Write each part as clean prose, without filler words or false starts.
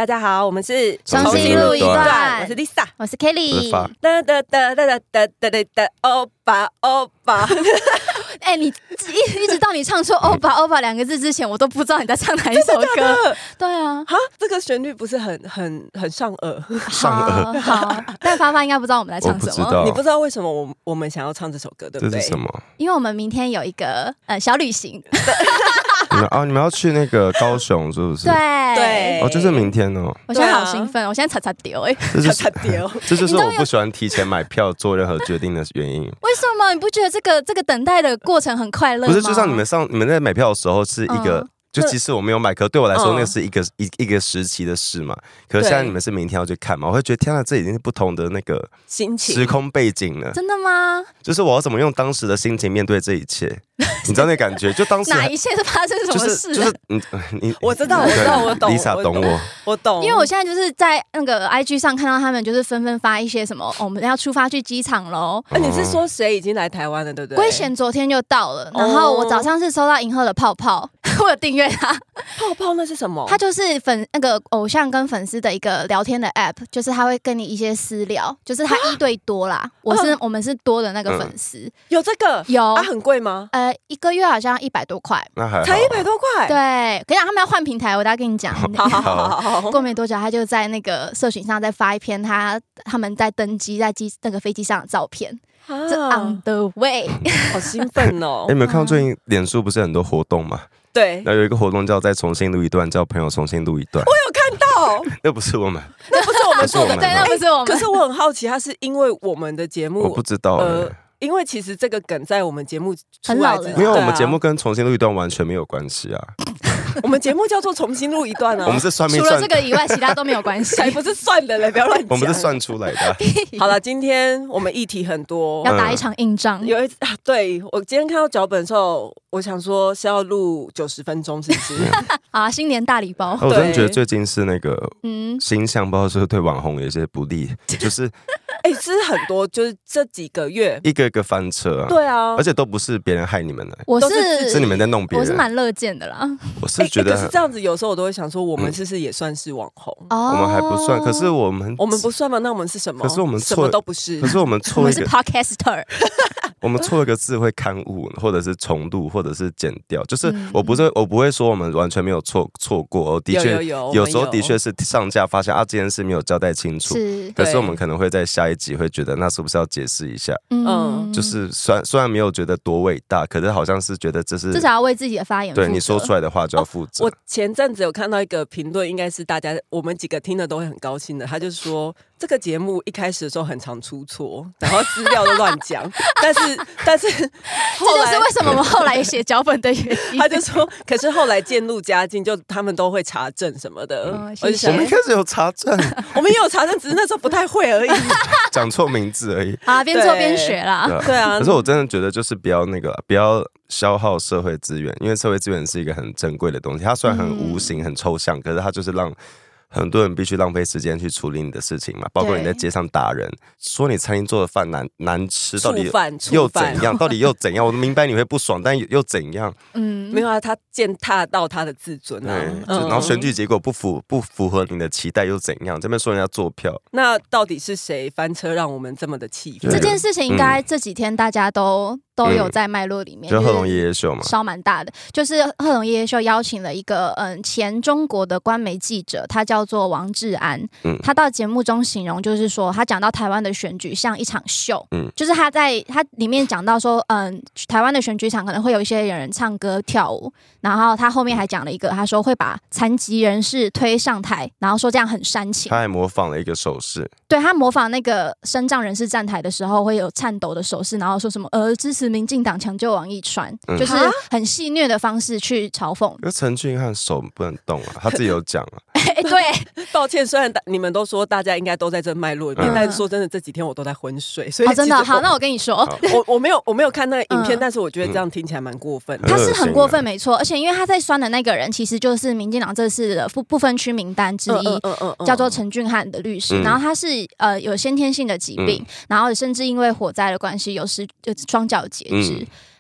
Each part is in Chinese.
大家好，我们是重新录一段， 我是 Lisa， 我是 Kelly。 欧巴欧巴， 哎，你一直到你唱出欧巴欧巴两个字之前，我都不知道你在唱哪一首歌。对啊， 哈，这个旋律不是很上耳， 好，但发发应该不知道我们在唱什么。 你不知道为什么我们想要唱这首歌，对不对？ 这是什么？ 因为我们明天有一个小旅行。 你们要去那个高雄是不是？ 对， 哦，就是明天哦。 我现在好兴奋，我现在擦丢哎， 擦丢， 这就是我不喜欢提前买票做任何决定的原因。 为什么？你不觉得这个等待的过程很快乐吗？ 不是，就像你们在买票的时候是一个。就即使我没有买，可对我来说，那是一个时期的事嘛。可是现在你们是明天要去看嘛，我会觉得天哪，这已经是不同的那个心情、 时空背景了。 真的吗？ 就是我要怎么用当时的心情面对这一切？你知道那感觉？就当时哪一切是发生什么事？ 就是你， 我知道，我懂 ，Lisa 懂我懂。 因为我现在就是在那个 IG 上看到他们就是纷纷发一些什么，我们要出发去机场喽。 你是说谁已经来台湾了，对不对？ 圭贤昨天就到了，然后我早上是收到银赫的泡泡，我有订阅他。 泡泡那是什么？ 它就是那个偶像跟粉丝的一个聊天的 app， 就是他会跟你一些私聊，就是他1对多啦。我们是多的那个粉丝， 有这个有啊，很贵吗 ？1个月好像100多块， 那还好才100多块。 对，可以讲他们要换平台，我等下跟你讲。 好。 过没多久，他就在那个社群上再发一篇他们在登机在那个飞机上的照片。是 on the way， 好兴奋哦！ 你有没有看到最近脸书不是很多活动吗？ 对， 然后有一个活动叫再重新录一段，叫朋友重新录一段。 我有看到， 那不是我们， 那不是我们做的， 对，那不是我们。 可是我很好奇，他是因为我们的节目， 我不知道。 因为其实这个梗在我们节目很老了， 因为我们节目跟重新录一段完全没有关系啊。 我们节目叫做重新录一段啊， 我们是算命， 除了这个以外，其他都没有关系。 才不是算的嘞，不要乱讲。 我们是算出来的。 好了，今天我们议题很多， 要打一场硬仗。 对，我今天看到脚本的时候，我想说是要录90分钟，是不是？ 啊，新年大礼包。 我真的觉得最近是那个形象，不知道是不是对网红有一些不利，就是是很多，就是这几个月一个一个翻车啊。 对啊， 而且都不是别人害你们的， 是你们在弄别人。 我是蛮乐见的啦。 我是觉得可是这样子，有时候我都会想说，我们是不是也算是网红？ 我们还不算，可是我们不算吗？那我们是什么？ 可是我们什么都不是。 可是我们错一个， 我们是 podcaster。 我们错一个字会刊物，或者是重录，或者是剪掉。就是我不会说我们完全没有错过，的确有时候的确是上架发现这件事没有交代清楚。可是我们可能会在下一集会觉得那是不是要解释一下？就是虽然没有觉得多伟大，可是好像是觉得这是至少要为自己的发言负责。 对你说出来的话就要负责。 我前阵子有看到一个评论，应该是我们几个听的都会很高兴的。他就说这个节目一开始的时候很常出错，然后资料都乱讲，但是这就是为什么我们后来写脚本的原因。 他就说，可是后来渐入佳境，就他们都会查证什么的。 我们一开始有查证， 我们也有查证，只是那时候不太会而已， 讲错名字而已。 边做边学啦。 对啊。 可是我真的觉得就是不要消耗社会资源，因为社会资源是一个很珍贵的东西。它虽然很无形、很抽象，可是它就是让很多人必须浪费时间去处理你的事情嘛。包括你在街上打人，说你餐厅做的饭难吃，到底又怎样？到底又怎样？我明白你会不爽，但又怎样？ 没有啊，他践踏到他的自尊啊。 然后选举结果不符合你的期待又怎样？这边说人家做票， 那到底是谁翻车让我们这么的气愤？ 这件事情应该这几天大家都有在脉络里面， 就贺龙夜夜秀嘛， 烧蛮大的。就是贺龙夜夜秀邀请了一个前中国的官媒记者，他叫做王志安。他到节目中形容就是说，他讲到台湾的选举像一场秀。就是他里面讲到说，台湾的选举场可能会有一些人唱歌跳舞，然后他后面还讲了一个，他说会把残疾人士推上台，然后说这样很煽情。 他还模仿了一个手势， 对，他模仿那个身障人士站台的时候会有颤抖的手势，然后说什么支持民进党抢救王一川，就是很戏谑的方式去嘲讽。 可是陈俊翰手不能动啊，他自己有讲啊。 对， 抱歉，虽然你们都说大家应该都在这脉络里面，但是说真的，这几天我都在昏睡，所以真的好，那我跟你说， 我没有看那个影片，但是我觉得这样听起来蛮过分的。 他是很过分，没错，而且因为他在酸的那个人，其实就是民进党这次的不分区名单之一，叫做陈俊翰的律师，然后他是有先天性的疾病，然后甚至因为火灾的关系就双脚截肢。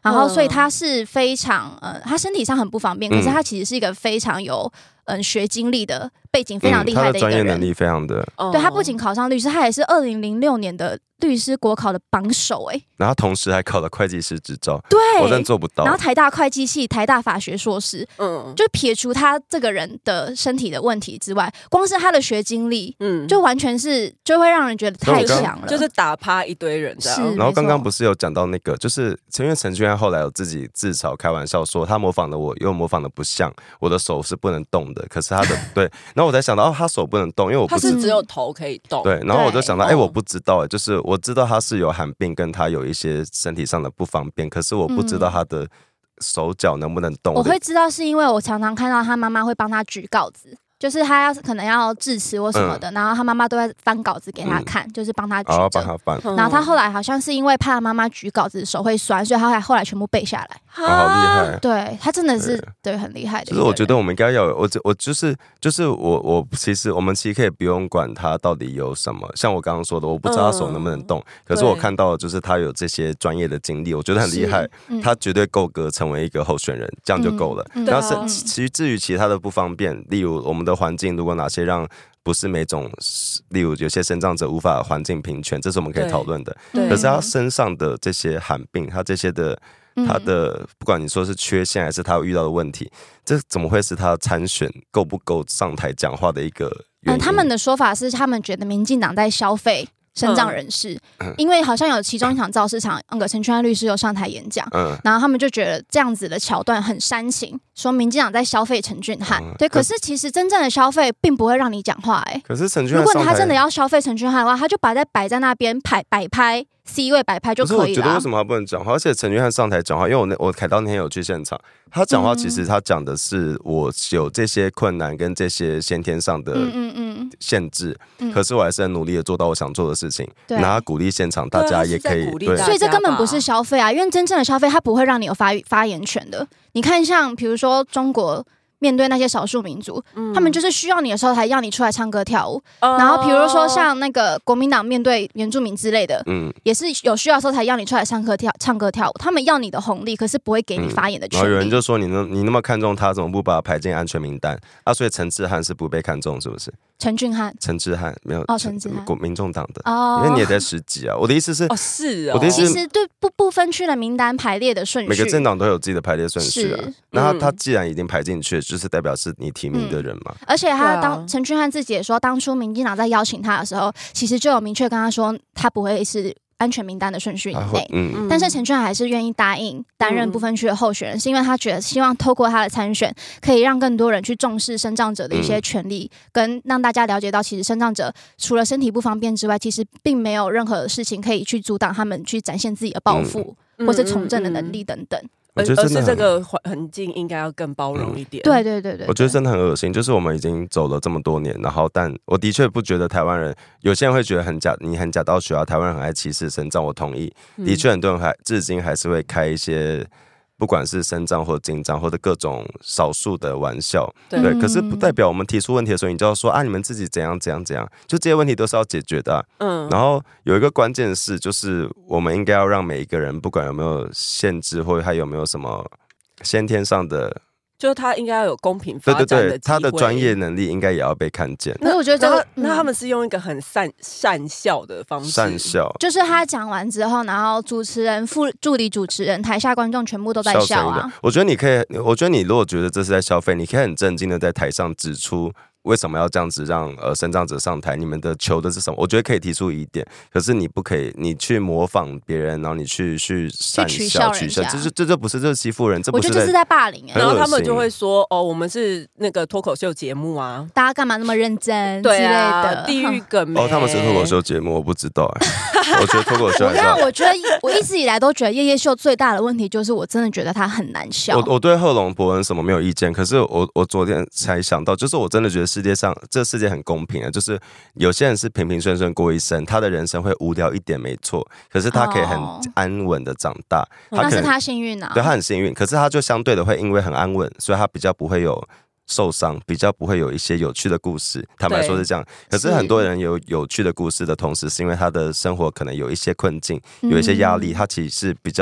然后所以他是非常他身体上很不方便，可是他其实是一个非常有学经历的背景非常厉害的一个人， 他的专业能力非常的， 对，他不仅考上律师，他也是2006年的律师国考的榜首然后同时还考了会计师执照， 对， 我真的做不到。 然后台大会计系、台大法学硕士，就撇除他这个人的身体的问题之外，光是他的学经历，就完全是就会让人觉得太强了， 就是打趴一堆人这样。 然后刚刚不是有讲到那个，就是因为陈俊翰后来有自己自嘲开玩笑说，他模仿的我又模仿的不像，我的手是不能动的，可是他的对，然后我才想到他手不能动，因为我不他是只有头可以动， 对，然后我就想到我不知道就是我知道他是有罕病，跟他有一些身体上的不方便，可是我不知道他的手脚能不能动。 我会知道是因为我常常看到他妈妈会帮他举稿子。就是他可能要致辞或什么的，然后他妈妈都会翻稿子给他看，就是帮他举着。然后他后来好像是因为怕妈妈举稿子手会酸，所以他后来全部背下来。 好厉害！ 对他真的是对很厉害的。 就是我觉得我们应该要有我其实我们其实可以不用管他到底有什么，像我刚刚说的，我不知道他手能不能动，可是我看到的就是他有这些专业的经历，我觉得很厉害，他绝对够格成为一个候选人，这样就够了。然后至于其他的不方便，例如我们的环境，如果哪些让不是每种，例如有些身障者无法环境平权，这是我们可以讨论的。可是他身上的这些罕病，他这些的他的不管你说是缺陷还是他遇到的问题，这怎么会是他参选够不够上台讲话的一个原因？ 他们的说法是，他们觉得民进党在消费身障人士，因为好像有其中一场造势场，那个陈俊翰律师有上台演讲，然后他们就觉得这样子的桥段很煽情，说民进党在消费陈俊翰。对，可是其实真正的消费并不会让你讲话可是陈俊翰， 如果他真的要消费陈俊翰的话，他就摆在那边摆拍 C 位摆拍就可以了。 可是我觉得为什么他不能讲话？而且陈俊翰上台讲话，因为我凯道那天有去现场，他讲话其实他讲的是我有这些困难跟这些先天上的限制，可是我还是很努力的做到我想做的事情，然后鼓励现场大家也可以， 对，所以这根本不是消费啊，因为真正的消费它不会让你有发言权的。你看像比如说中国面对那些少数民族，他们就是需要你的时候才要你出来唱歌跳舞。然后比如说像那个国民党面对原住民之类的，也是有需要的时候才要你出来唱歌跳舞。他们要你的红利，可是不会给你发言的权利。 然后有人就说你那么看重他，怎么不把他排进安全名单啊？所以陈智翰是不被看重，是不是？ 陈俊翰、 陈智翰没有陈智翰， 民众党的因为你也在10级啊。我的意思是， 我的意思其实对不分区的名单排列的顺序， 每个政党都有自己的排列顺序啊。那他既然已经排进去，就是代表是你提名的人嘛。 而且陈俊翰自己也说，当初民进党在邀请他的时候，其实就有明确跟他说，他不会是安全名单的顺序以内，但是陈俊翰还是愿意答应担任不分区的候选人，是因为他觉得希望透过他的参选，可以让更多人去重视身障者的一些权利，跟让大家了解到，其实身障者除了身体不方便之外，其实并没有任何事情可以去阻挡他们去展现自己的抱负，或是从政的能力等等。 而是这个环境应该要更包容一点。 对， 我觉得真的很恶心，就是我们已经走了这么多年，然后但我的确不觉得台湾人，有些人会觉得你很假道学啊，台湾人很爱歧视身障，我同意。的确很多人至今还是会开一些不管是身障或精障或者各种少数的玩笑，对，可是不代表我们提出问题的时候，你就要说你们自己怎样，就这些问题都是要解决的然后有一个关键是，就是我们应该要让每一个人，不管有没有限制，或者他有没有什么先天上的。 就是他应该要有公平发展的机会， 对，他的专业能力应该也要被看见。 可是我觉得那他们是用一个很善笑的方式， 善笑， 就是他讲完之后，然后主持人、助理主持人、台下观众全部都在笑啊。 我觉得你如果觉得这是在消费，你可以很震惊的在台上指出。为什么要这样子让身障者上台？你们的求的是什么？我觉得可以提出疑点，可是你不可以，你去模仿别人，然后你去善笑取笑，这不是这是欺负人，这不是我觉得这是在霸凌。 然后他们就会说我们是那个脱口秀节目啊， 大家干嘛那么认真之类的地狱梗他们是脱口秀节目，我不知道我觉得脱口秀我觉得我一直以来都觉得夜夜秀最大的问题就是我真的觉得他很难笑。 我对贺龙博文什么没有意见，可是我昨天才想到，就是我真的觉得这世界很公平就是有些人是平平顺顺过一生，他的人生会无聊一点没错，可是他可以很安稳的长大， 那是他幸运啊。 对，他很幸运，可是他就相对的会因为很安稳，所以他比较不会有受伤，比较不会有一些有趣的故事。坦白说是这样，可是很多人有趣的故事的同时，是因为他的生活可能有一些困境，有一些压力，他其实是比较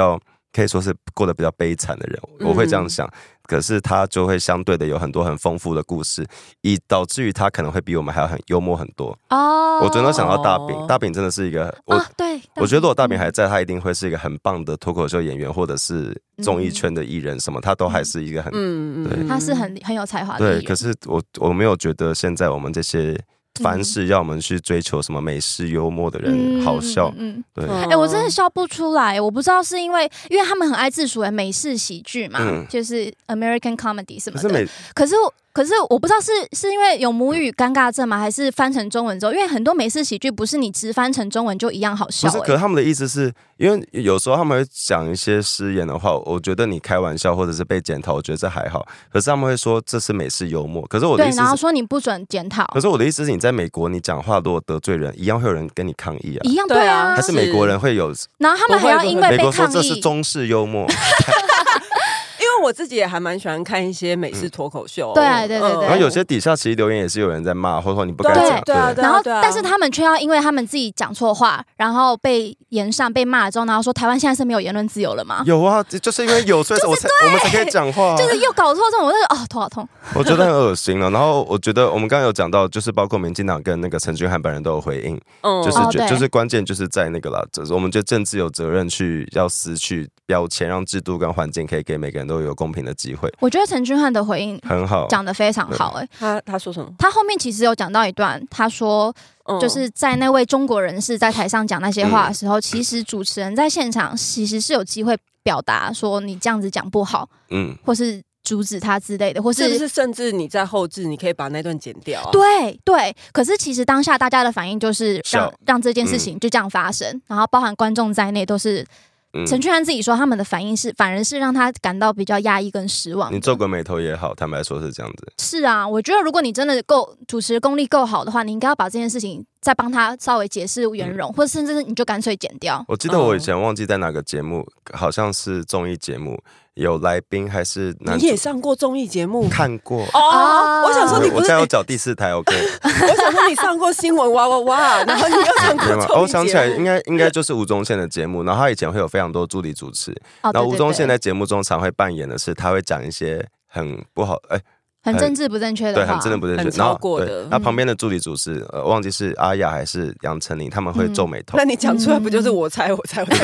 可以说是过得比较悲惨的人，我会这样想。可是他就会相对的有很多很丰富的故事，以导致于他可能会比我们还要很幽默很多。我昨天都想到大饼，大饼真的是一个对， 我觉得如果大饼还在，他一定会是一个很棒的脱口秀演员，或者是综艺圈的艺人什么，他都还是一个很对， 他是很有才华的艺人。 对，可是我没有觉得现在我们这些凡事要我们去追求什么美式幽默的人好笑，对。 我真的笑不出来，我不知道是因为他们很爱自诩美式喜剧嘛，就是 American comedy 什么的。可是我不知道是因为有母语尴尬症吗？还是翻成中文之后，因为很多美式喜剧不是你直翻成中文就一样好笑。 不是，可是他们的意思是因为有时候他们会讲一些失言的话，我觉得你开玩笑或者是被检讨，我觉得这还好。可是他们会说这是美式幽默，可是我的意思是， 对，然后说你不准检讨。 可是我的意思是，你在美国你讲话如果得罪人，一样会有人跟你抗议啊， 一样对啊， 还是美国人会有， 然后他们还要因为被抗议， 美国说这是中式幽默。 因为我自己也还蛮喜欢看一些美式脱口秀， 对。 然后有些底下其实留言也是有人在骂，或者说你不该讲， 对。 然后但是他们却要因为他们自己讲错话，然后被延上被骂了之后，然后说台湾现在是没有言论自由了吗？ 有啊，就是因为有，所以我们才可以讲话， 就是又搞错这种，我就头好痛。 我觉得很恶心了。然后我觉得我们刚刚有讲到，就是包括民进党跟那个陈俊翰本人都有回应，就是关键就是在那个啦，我们觉得政治有责任要撕去标签，让制度跟环境可以给每个人都有公平的机会。 我觉得陈俊翰的回应很好， 讲得非常好。 他说什么？ 他后面其实有讲到一段，他说就是在那位中国人士在台上讲那些话的时候，其实主持人在现场其实是有机会表达说你这样子讲不好，或是阻止他之类的，或是不是甚至你在后置你可以把那段剪掉啊。 对，可是其实当下大家的反应就是让这件事情就这样发生，然后包含观众在内都是。陈俊翰自己说，他们的反应反而是让他感到比较压抑跟失望。 你皱个眉头也好，坦白说是这样子。 是啊，我觉得如果你真的主持功力够好的话，你应该要把这件事情再帮他稍微解释圆融，或者甚至你就干脆剪掉。 我记得我以前忘记在哪个节目，好像是综艺节目。有来宾还是男主？ 你也上过综艺节目？ 看过哦。我想说你不是， 我现在有缴第4台 ，OK。 我想说你上过新闻哇哇哇，然后你又上过综艺节目。 我想起来，应该就是吴宗宪的节目，然后他以前会有非常多助理主持，然后吴宗宪在节目中常会扮演的是他会讲一些很不好很政治不正确的话， 对，很真的不正确， 很超过的。 那旁边的助理主持，忘记是阿雅还是杨丞琳，他们会皱眉头。 那你讲出来不就是我猜？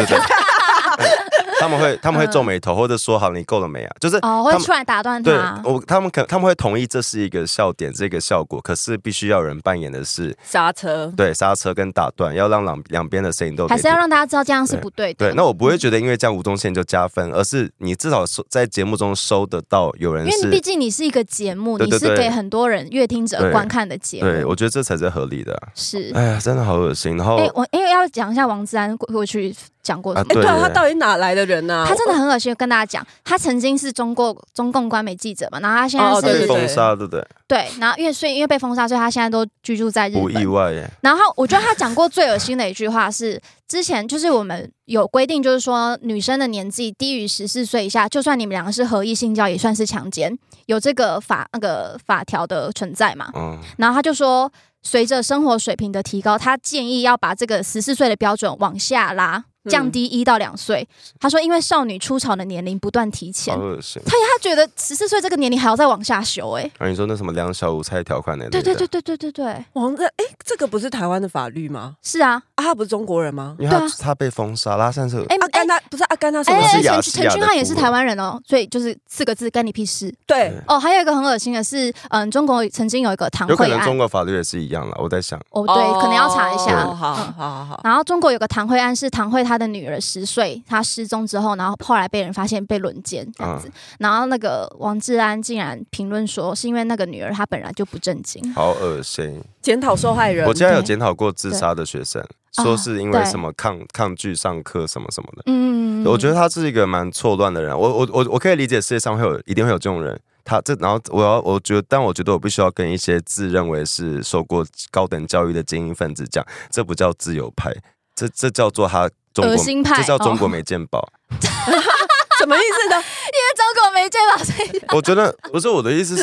他们会皱眉头，或者说好你够了没啊？就是会出来打断他。 对，他们会同意这是一个笑点，这个效果，可是必须要有人扮演的是刹车， 对，刹车跟打断，要让两边的声音都还是要让大家知道这样是不对的。 对，那我不会觉得因为这样吴宗宪就加分，而是你至少在节目中收得到有人是， 因为毕竟你是一个节目，你是给很多人乐听者观看的节目。 对，我觉得这才是合理的。 是， 哎呀，真的好恶心。然后， 我要讲一下王志安过去讲过什么？ 对啊，他到底哪来的人啊？ 他真的很恶心，跟大家讲，他曾经是中共官媒记者嘛，然后他现在是被封杀，对不对？ 对，然后因为被封杀，所以他现在都居住在日本。 不意外耶。 然后我觉得他讲过最恶心的一句话是，之前就是我们有规定，就是说女生的年纪低于14岁以下，就算你们两个是合意性交，也算是强奸，有这个法条的存在嘛。然后他就说，随着生活水平的提高，他建议要把这个14岁的标准往下拉。降低1到2岁，他说，因为少女出潮的年龄不断提前， 好恶心。 他觉得14岁这个年龄还要再往下修， 你说那什么两小无猜条款那？ 对， 这个不是台湾的法律吗？ 是啊， 他不是中国人吗？ 因为他被封杀，他算是阿甘他不是阿甘他什么？ 陈俊翰也是台湾人哦，所以就是4个字，干你屁事。 对还有一个很恶心的是，中国曾经有一个堂会案， 有可能中国法律也是一样了，我在想。 对，可能要查一下。 好。 然后中国有个堂会案是堂会他的女儿10岁，她失踪之后，然后后来被人发现被轮奸这样子，然后那个王志安竟然评论说，是因为那个女儿她本来就不正经， 好恶心。 检讨受害人， 我家有检讨过自杀的学生，说是因为什么抗拒上课什么什么的。我觉得他是一个蛮错乱的人，我可以理解世界上一定会有这种人。然后我觉得我必须要跟一些自认为是受过高等教育的精英分子讲，这不叫自由派，这叫做恶心派， 这叫中国没健保。 什么意思呢？ 因为中国没健保，所以我觉得不是我的意思是，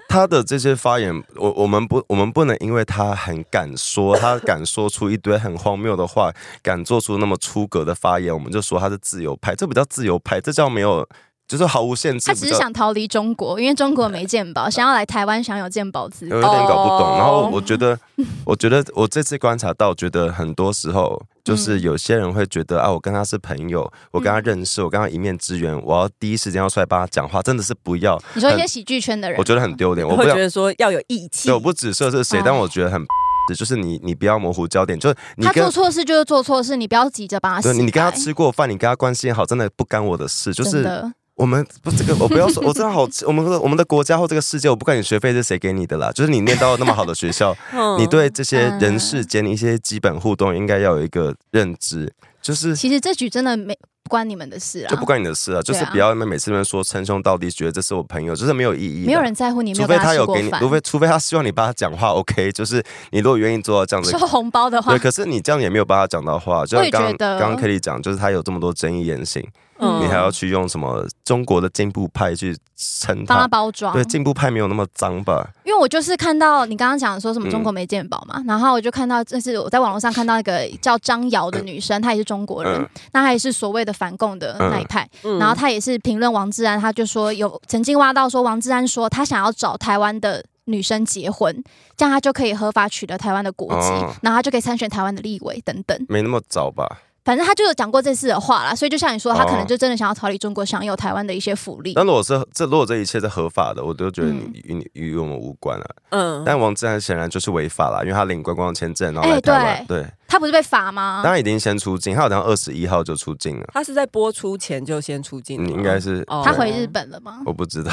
他的这些发言，我们不能因为他很敢说，他敢说出一堆很荒谬的话，敢做出那么出格的发言，我们就说他是自由派，这不叫自由派，这叫没有。就是毫无限制， 他只是想逃离中国，因为中国没健保，想要来台湾享有健保资。 有点搞不懂。然后我觉得我这次观察到，觉得很多时候就是有些人会觉得我跟他是朋友，我跟他认识，我跟他一面之缘，我要第一时间要出来帮他讲话，真的是不要。 你说一些喜剧圈的人， 我觉得很丢脸。 我会觉得说要有义气。 对，我不指涉是谁，但我觉得很。就是你不要模糊焦点，就是他做错事就是做错事，你不要急着帮他洗白。 对，你跟他吃过饭，你跟他关系好，真的不干我的事。就是我们这个我不要说，我真的好，我们的国家或这个世界，我不管你学费是谁给你的啦，就是你念到那么好的学校，你对这些人世间一些基本互动应该要有一个认知。就是其实这局真的不关你们的事啊， 就不关你的事啊，就是不要每次那边说称兄道弟，觉得这是我朋友，就是没有意义的。 没有人在乎你， 除非他有给你，除非他希望你帮他讲话 ，OK， 就是你如果愿意做到这样子收红包的话， 对，可是你这样也没有帮他讲到话，就像刚刚 Kelly 讲，就是他有这么多争议言行。你还要去用什么中国的进步派去称他， 帮他包装？ 对，进步派没有那么脏吧？ 因为我就是看到你刚刚讲说什么中国没健保嘛，然后我就看到这是我在网络上看到一个叫张瑶的女生，她也是中国人，那她也是所谓的反共的那一派，然后她也是评论王志安，她就说有曾经挖到说王志安说他想要找台湾的女生结婚，这样他就可以合法取得台湾的国籍，然后他就可以参选台湾的立委等等。 没那么早吧？ 反正他就有讲过这次的话啦，所以就像你说，他可能就真的想要逃离中国，享有台湾的一些福利。 但如果这一切是合法的，我都觉得你与我们无关了。但王志安显然就是违法啦，因为他领观光签证，然后来台湾。对， 他不是被罚吗？ 当然已经先出境，他好像21号就出境了。 他是在播出前就先出境了， 应该是。 他回日本了吗？ 我不知道，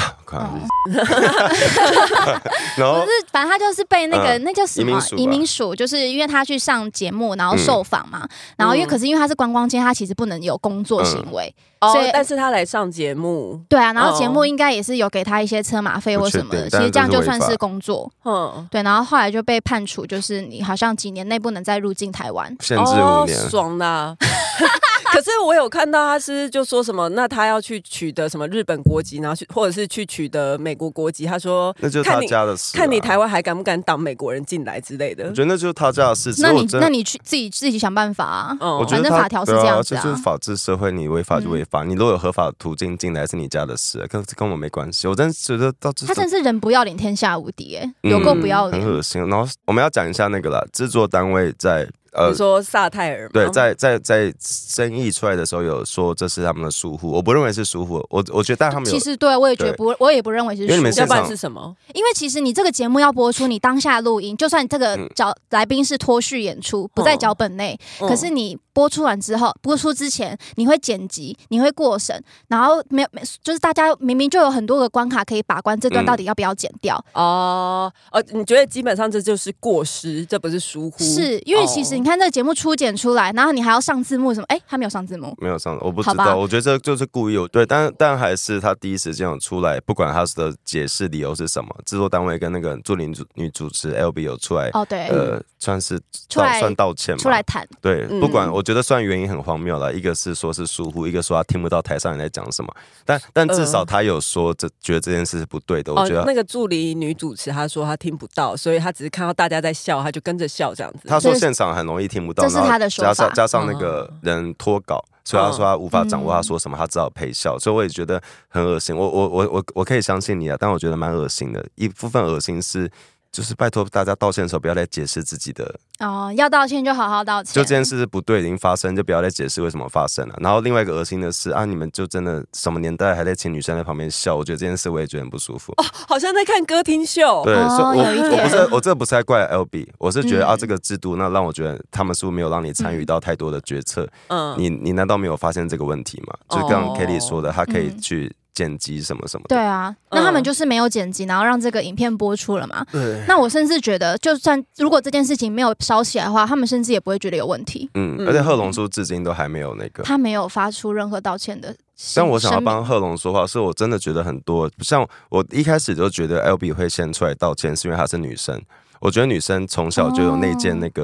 然后不是，反正他就是被那叫什么移民署，就是因为他去上节目，然后受访嘛，然后可是因为他是观光签，他其实不能有工作行为，所以但是他来上节目， 对啊，然后节目应该也是有给他一些车马费或什么的，其实这样就算是工作，对，然后后来就被判处，就是你好像几年内不能再入境台湾， 限制5年， 爽啦。可是我有看到他是就说什么，那他要去取得什么日本国籍，然后或者是去取得美国国籍，他说那就是他家的事， 看你台湾还敢不敢挡美国人进来之类的。 我觉得那就是他家的事。 那你去自己想办法啊。反正法条是这样子啊， 就是法治社会，你违法就违法，你如果有合法途径进来是你家的事，跟我没关系。我真的觉得他真是人不要脸天下无敌，有够不要脸， 很恶心。然后我们要讲一下那个啦，制作单位在。 你说萨泰尔吗？ 对，在争议出来的时候有说这是他们的疏忽，我不认为是疏忽，我觉得但他们其实对我也觉得我也不认为是疏忽， 要不然是什么？ 因为其实你这个节目要播出，你当下录音，就算这个来宾是脱序演出，不在脚本内，可是你播出完之后，播出之前你会剪辑，你会过审，然后就是大家明明就有很多个关卡可以把关，这段到底要不要剪掉？ 你觉得基本上这就是过失，这不是疏忽？ 是因为其实你看这个节目初剪出来，然后你还要上字幕什么？他没有上字幕， 没有上，我不知道。我觉得这就是故意对，但还是他第一时间有出来，不管他的解释理由是什么，制作单位跟那个助理女主持 LB 有出来， 对， 算是算道歉嘛， 出来谈。 对，不管我觉得虽然原因很荒谬了，一个是说是疏忽，一个说他听不到台上人在讲什么，但至少他有说觉得这件事是不对的。我觉得那个助理女主持她说她听不到，所以她只是看到大家在笑，她就跟着笑这样子。 她说现场很容易听不到， 这是她的说法， 加上那个人脱稿，所以他说他无法掌握他说什么，他只好陪笑，所以我也觉得很恶心。我可以相信你啊，但我觉得蛮恶心的。一部分恶心是，就是拜托大家道歉的时候不要再解释自己的要道歉就好好道歉， 就这件事是不对，已经发生，就不要再解释为什么发生了。然后另外一个恶心的是你们就真的什么年代还在请女生在旁边笑，我觉得这件事我也觉得很不舒服。 好像在看歌厅秀。 对，所以我这不是在怪 LB， 我是觉得这个制度那让我觉得他们是不是没有让你参与到太多的决策？你难道没有发现这个问题吗？就刚刚 Kelly 说的，他可以去剪辑什么什么的。 对啊，那他们就是没有剪辑，然后让这个影片播出了嘛。对。那我甚至觉得，就算如果这件事情没有烧起来的话，他们甚至也不会觉得有问题。 而且贺龙叔至今都还没有那个， 他没有发出任何道歉的。 但我想要帮贺龙说话，是我真的觉得很多，像我一开始就觉得 LB 会先出来道歉，是因为她是女生。我觉得女生从小就有内建那个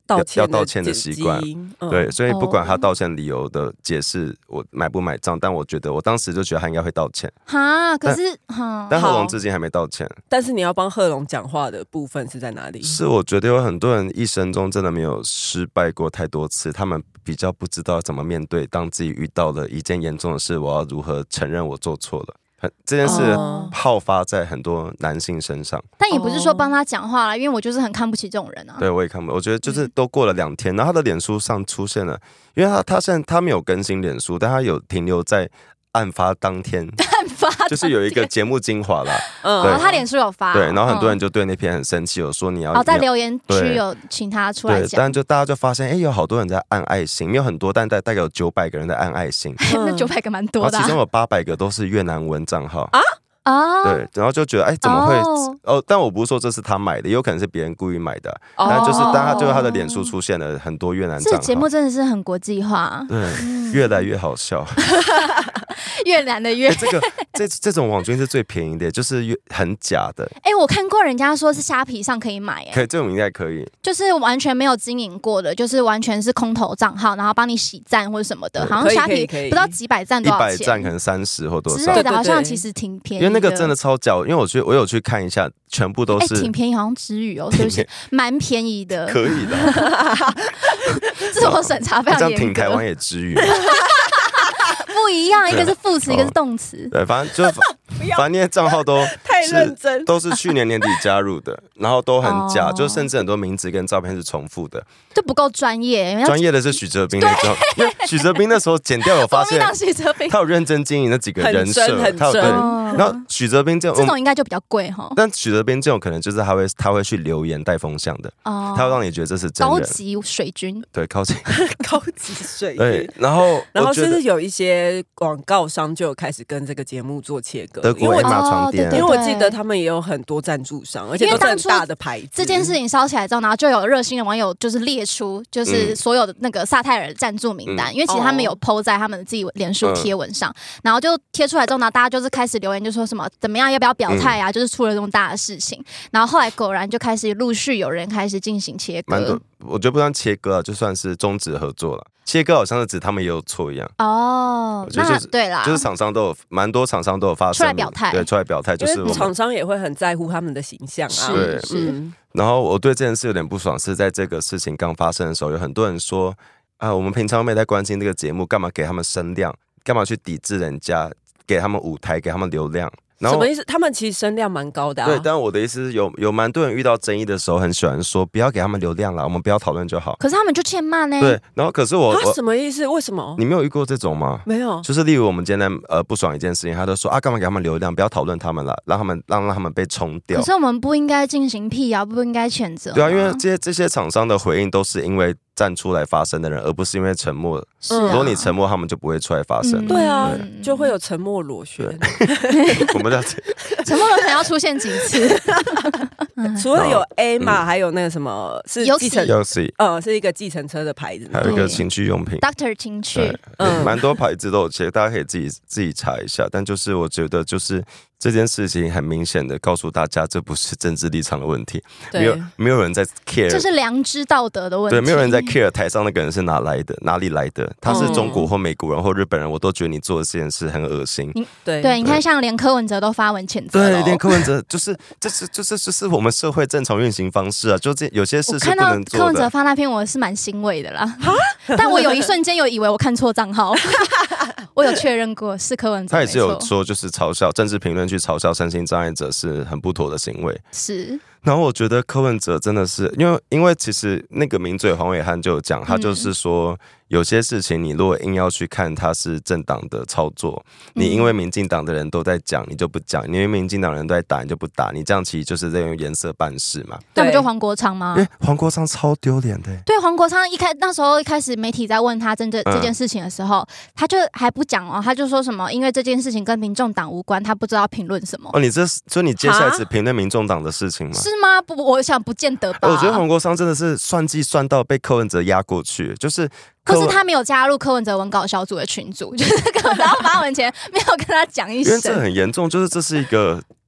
要道歉的习惯。对，所以不管他道歉理由的解释我买不买账，但我觉得我当时就觉得他应该会道歉。 可是但贺龙至今还没道歉。 但是你要帮贺龙讲话的部分是在哪里？ 是我觉得有很多人一生中真的没有失败过太多次，他们比较不知道怎么面对，当自己遇到了一件严重的事，我要如何承认我做错了。这件事好发在很多男性身上， 但也不是说帮他讲话啦，因为我就是很看不起这种人啊。 对，我也看不，我觉得就是都过了2天，然后他的脸书上出现了，因为他现在他没有更新脸书，但他有停留在案发当天，就是有一个节目精华啦。 然后他脸书有发， 对，然后很多人就对那篇很生气，有说你要在留言区有请他出来讲， 但就大家就发现，有好多人在按爱心，没有很多，但大概有900个人在按爱心， 那900个蛮多的， 其中有800个都是越南文账号啊。 对，然后就觉得怎么会但我不是说这是他买的，也有可能是别人故意买的。但就是他的脸书出现了很多越南账号。 这节目真的是很国际化， 对，越来越好笑。 越南的越这种网军是最便宜的，就是很假的。 我看过人家说是虾皮上可以买， 可以，这种应该可以， 就是完全没有经营过的，就是完全是空头账号，然后帮你洗赞或者什么的，好像虾皮不知道几百赞多少钱，100 赞可能30或多少之类的，好像其实挺便宜的。 因为那个真的超假，因为我有去看一下，全部都是挺便宜，好像支语对不起，蛮便宜的， 可以的。 自我审查非常严格， 这样挺台湾也支语。 不一样，一个是副词，一个是动词。 对，反正那些账号都太认真， 都是去年年底加入的，然后都很假，就甚至很多名字跟照片是重复的， 就不够专业。 专业的是许哲斌那种，因为许哲斌那时候剪掉有发现，他有认真经营那几个人设，他有对。然后许哲斌这种应该就比较贵哈， 但许哲斌这种可能就是他会去留言带风向的，他会让你觉得这是真人， 高级水军， 对，高级水军。 对，然后甚至有一些广告商就有开始跟这个节目做切割， 德国艾玛床垫， 因为我记得他们也有很多赞助商，而且都是很大的牌子。 这件事情烧起来之后，然后就有热心的网友就是列出就是所有的那个萨泰尔赞助名单，因为其实他们有 po 在他们自己脸书贴文上，然后就贴出来之后呢，大家就是开始留言，就说什么怎么样，要不要表态啊？就是出了这么大的事情，然后后来果然就开始陆续有人开始进行切割。 我觉得不算切割，就算是终止合作了。切割好像是指他们也有错一样。 那对啦， 就是厂商都有蛮多厂商都有发声出来表态， 对，出来表态，就是厂商也会很在乎他们的形象啊。 是。然后我对这件事有点不爽，是在这个事情刚发生的时候，有很多人说我们平常没在关心这个节目，干嘛给他们声量？干嘛去抵制人家？给他们舞台，给他们流量。 什么意思？他们其实声量蛮高的对，但我的意思是有蛮多人遇到争议的时候，很喜欢说不要给他们流量了，我们不要讨论就好。 可是他们就欠骂呢。 对，然后可是我什么意思？为什么？ 你没有遇过这种吗？ 没有。 就是例如我们今天不爽一件事情，他就说干嘛给他们流量？不要讨论他们了，让他们被冲掉。 可是我们不应该进行辟谣，不应该谴责。 对啊，因为这些厂商的回应都是因为站出来发声的人，而不是因为沉默。如果你沉默，他们就不会出来发声。 对啊，就会有沉默螺旋。 我们叫沉默螺旋要出现几次？ 除了有 A 嘛，还有那个什么是计程是一个计程车的牌子， 还有一个情趣用品 Doctor 情趣， 蛮多牌子都有切，大家可以自己查一下。但就是我觉得就是这件事情很明显的告诉大家，这不是政治立场的问题，没有人在 care， 这是良知道德的问题。 对，没有人在 care 台上那个人是哪里来的，他是中国或美国人或日本人，我都觉得你做的这件事很恶心。 对，你看像连柯文哲都发文谴责， 对，连柯文哲就是我们社会正常运行方式啊，就有些事是不能做的。 柯文哲发那篇我是蛮欣慰的啦，但我有一瞬间有以为我看错账号，我有确认过是柯文哲， 他也是有说就是嘲笑政治评论去嘲笑身心障碍者是很不妥的行为， 是。 然后我觉得柯文哲真的是因为其实那个名嘴黄伟汉就有讲，他就是说有些事情你如果硬要去看它是政党的操作，你因为民进党的人都在讲你就不讲，你因为民进党人都在打你就不打，你这样其实就是在用颜色办事嘛。 那不就黄国昌吗？ 黄国昌超丢脸的。 对，黄国昌那时候一开始媒体在问他这件事情的时候，他就还不讲他就说什么因为这件事情跟民众党无关，他不知道评论什么。 所以你接下来只评论民众党的事情吗？ 是吗？不，我想不见得吧。 我觉得黄国昌真的是算计算到被柯文哲压过去，就是或是他没有加入柯文哲文稿小组的群组，就是柯文哲发文前没有跟他讲一声， 因为这很严重，就是这是一个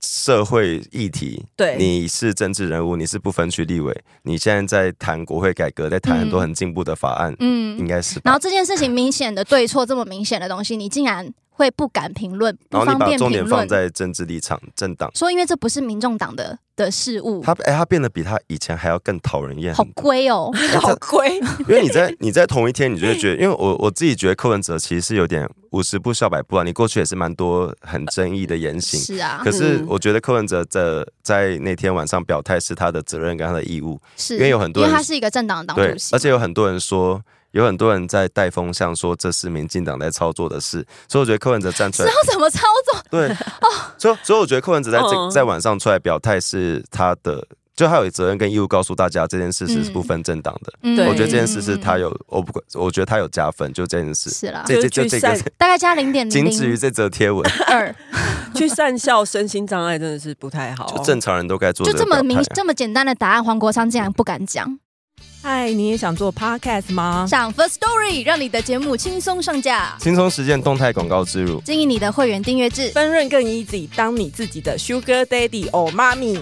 社会议题， 对， 你是政治人物，你是不分区立委，你现在在谈国会改革，在谈很多很进步的法案，应该是吧。 然后这件事情明显的对错这么明显的东西，你竟然会不敢评论， 然后你把重点放在在政治立场、政党， 说因为这不是民众党的事务， 他变得比他以前还要更讨人厌， 好龟哦， 好龟。 因为你在同一天，你就会觉得，因为我自己觉得柯文哲其实是有点50步笑100步啊，你过去也是蛮多很争议的言行， 是啊。 可是我觉得柯文哲在那天晚上表态是他的责任跟他的义务， 是因为有很多人， 因为他是一个政党的党主席， 而且有很多人说。有很多人在带风向，说这是民进党在操作的事，所以我觉得柯文哲站出来， 知道怎么操作？ 对，所以我觉得柯文哲在晚上出来表态是他的，就他有责任跟义务告诉大家这件事是不分政党的。我觉得这件事是他有，我觉得他有加分，就这件事是啦， 这个大概加0.0， 仅止于这则贴文 2。 去善笑身心障碍真的是不太好， 就正常人都该做， 就这么简单的答案，黄国昌竟然不敢讲。 嗨，你也想做 podcast 吗？ 上 First Story 让你的节目轻松上架， 轻松实践动态广告植入， 经营你的会员订阅制， 分润更 easy， 当你自己的 Sugar Daddy or Mommy。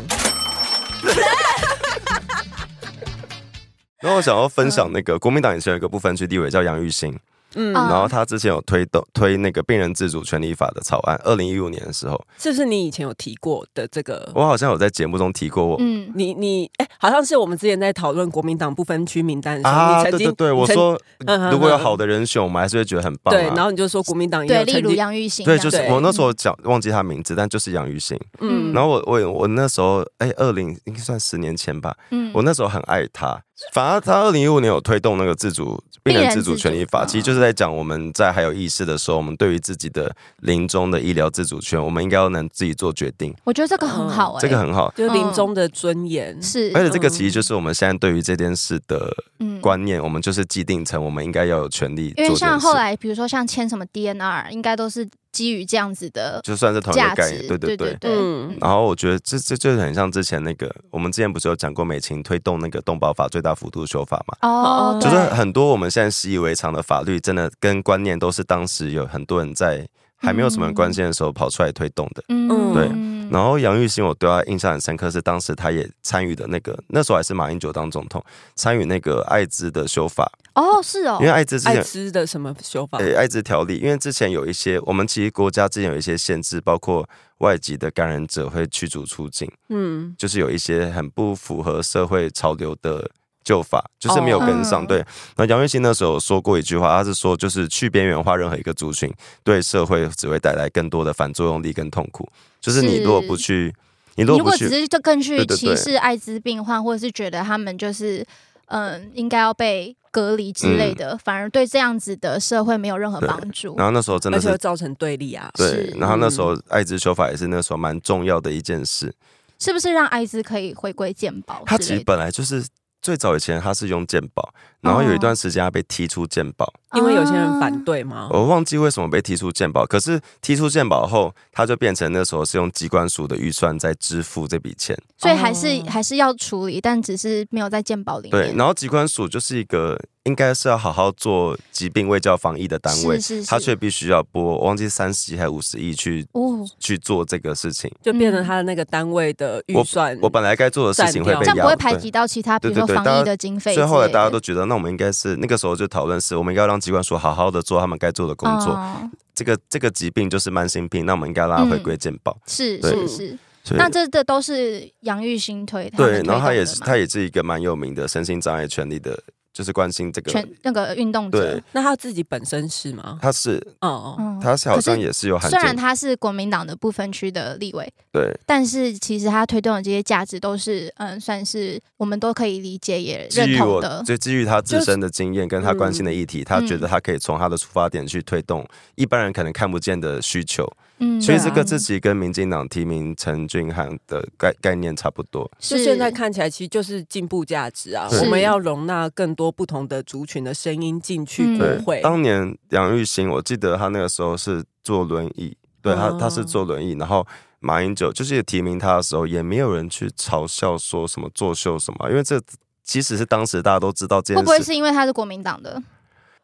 然后我想要分享那个国民党以前有一个不分区立委叫杨玉兴。然后他之前有推那个病人自主权利法的草案，2015年的时候， 是不是你以前有提过的这个？ 我好像有在节目中提过我。 你好像是我们之前在讨论国民党不分区名单的时候，你曾经对，我说如果有好的人选，我们还是会觉得很棒。 对，然后你就说国民党也有对，例如杨玉兴， 对，就是我那时候忘记他名字，但就是杨玉兴。然后我那时候应该算10年前吧。我那时候很爱他。反而他2015年有推动那个病人自主权利法，其实就是在讲我们在还有意识的时候，我们对于自己的临终的医疗自主权，我们应该要能自己做决定。 我觉得这个很好， 这个很好， 就临终的尊严是。 而且这个其实就是我们现在对于这件事的观念，我们就是既定成我们应该要有权利做这件事。 因为像后来比如说像签什么 DNR， 应该都是基于这样子的， 就算是同一个概念，对。然后我觉得这就很像之前那个，我们之前不是有讲过美琴推动那个动保法最大幅度修法嘛？就是很多我们现在习以为常的法律，真的跟观念都是当时有很多人在还没有什么人关心的时候跑出来推动的。对。然后杨玉兴我对他印象很深刻，是当时他也参与的那时候还是马英九当总统，参与那个艾滋的修法。 是哦， 因为艾滋的什么修法？ 艾滋条例，因为之前有一些，我们其实国家之前有一些限制，包括外籍的感染者会驱逐出境，就是有一些很不符合社会潮流的旧法，就是没有跟上。对，然后杨玉兴那时候说过一句话，他是说，就是去边缘化任何一个族群，对社会只会带来更多的反作用力跟痛苦。就是你如果不去，你如果只是就更去歧视艾滋病患，或者是觉得他们就是应该要被隔离之类的，反而对这样子的社会没有任何帮助。 然后那时候真的是而且会造成对立啊。 对，然后那时候艾滋修法也是那时候蛮重要的一件事。 是不是让艾滋可以回归健保？ 它其实本来就是最早以前它是用健保，然后有一段时间它被踢出健保， 因为有些人反对吗？ 我忘记为什么被踢出健保，可是踢出健保后，它就变成那时候是用疾管署的预算在支付这笔钱， 所以还是要处理，但只是没有在健保里面。 对，然后疾管署就是一个应该是要好好做疾病卫教防疫的单位，他却必须要拨，我忘记30亿还50亿去做这个事情， 就变成他的那个单位的预算。 我本来该做的事情会被这样不会排挤到其他，比如说防疫的经费。 所以后来大家都觉得，那我们应该是那个时候就讨论是，我们应该要让疾管署好好的做他们该做的工作。这个疾病就是慢性病，那我们应该让它回归健保。 是。那这都是杨玉兴推， 对，然后他也是一个蛮有名的身心障碍权利的。就是关心这个那个运动者。 对， 那他自己本身是吗？ 他是，他好像也是有罕见。 虽然他是国民党的不分区的立委， 对， 但是其实他推动的这些价值都是，算是我们都可以理解也认同的。 就基于他自身的经验跟他关心的议题，他觉得他可以从他的出发点去推动一般人可能看不见的需求。所以这个自己跟民进党提名陈俊翰的概念差不多， 就现在看起来其实就是进步价值啊，我们要容纳更多不同的族群的声音进去国会。 当年杨玉兴，我记得他那个时候是坐轮椅，对，他是坐轮椅，然后马英九就是提名他的时候，也没有人去嘲笑说什么作秀什么，因为这其实是当时大家都知道这件事。 会不会是因为他是国民党的？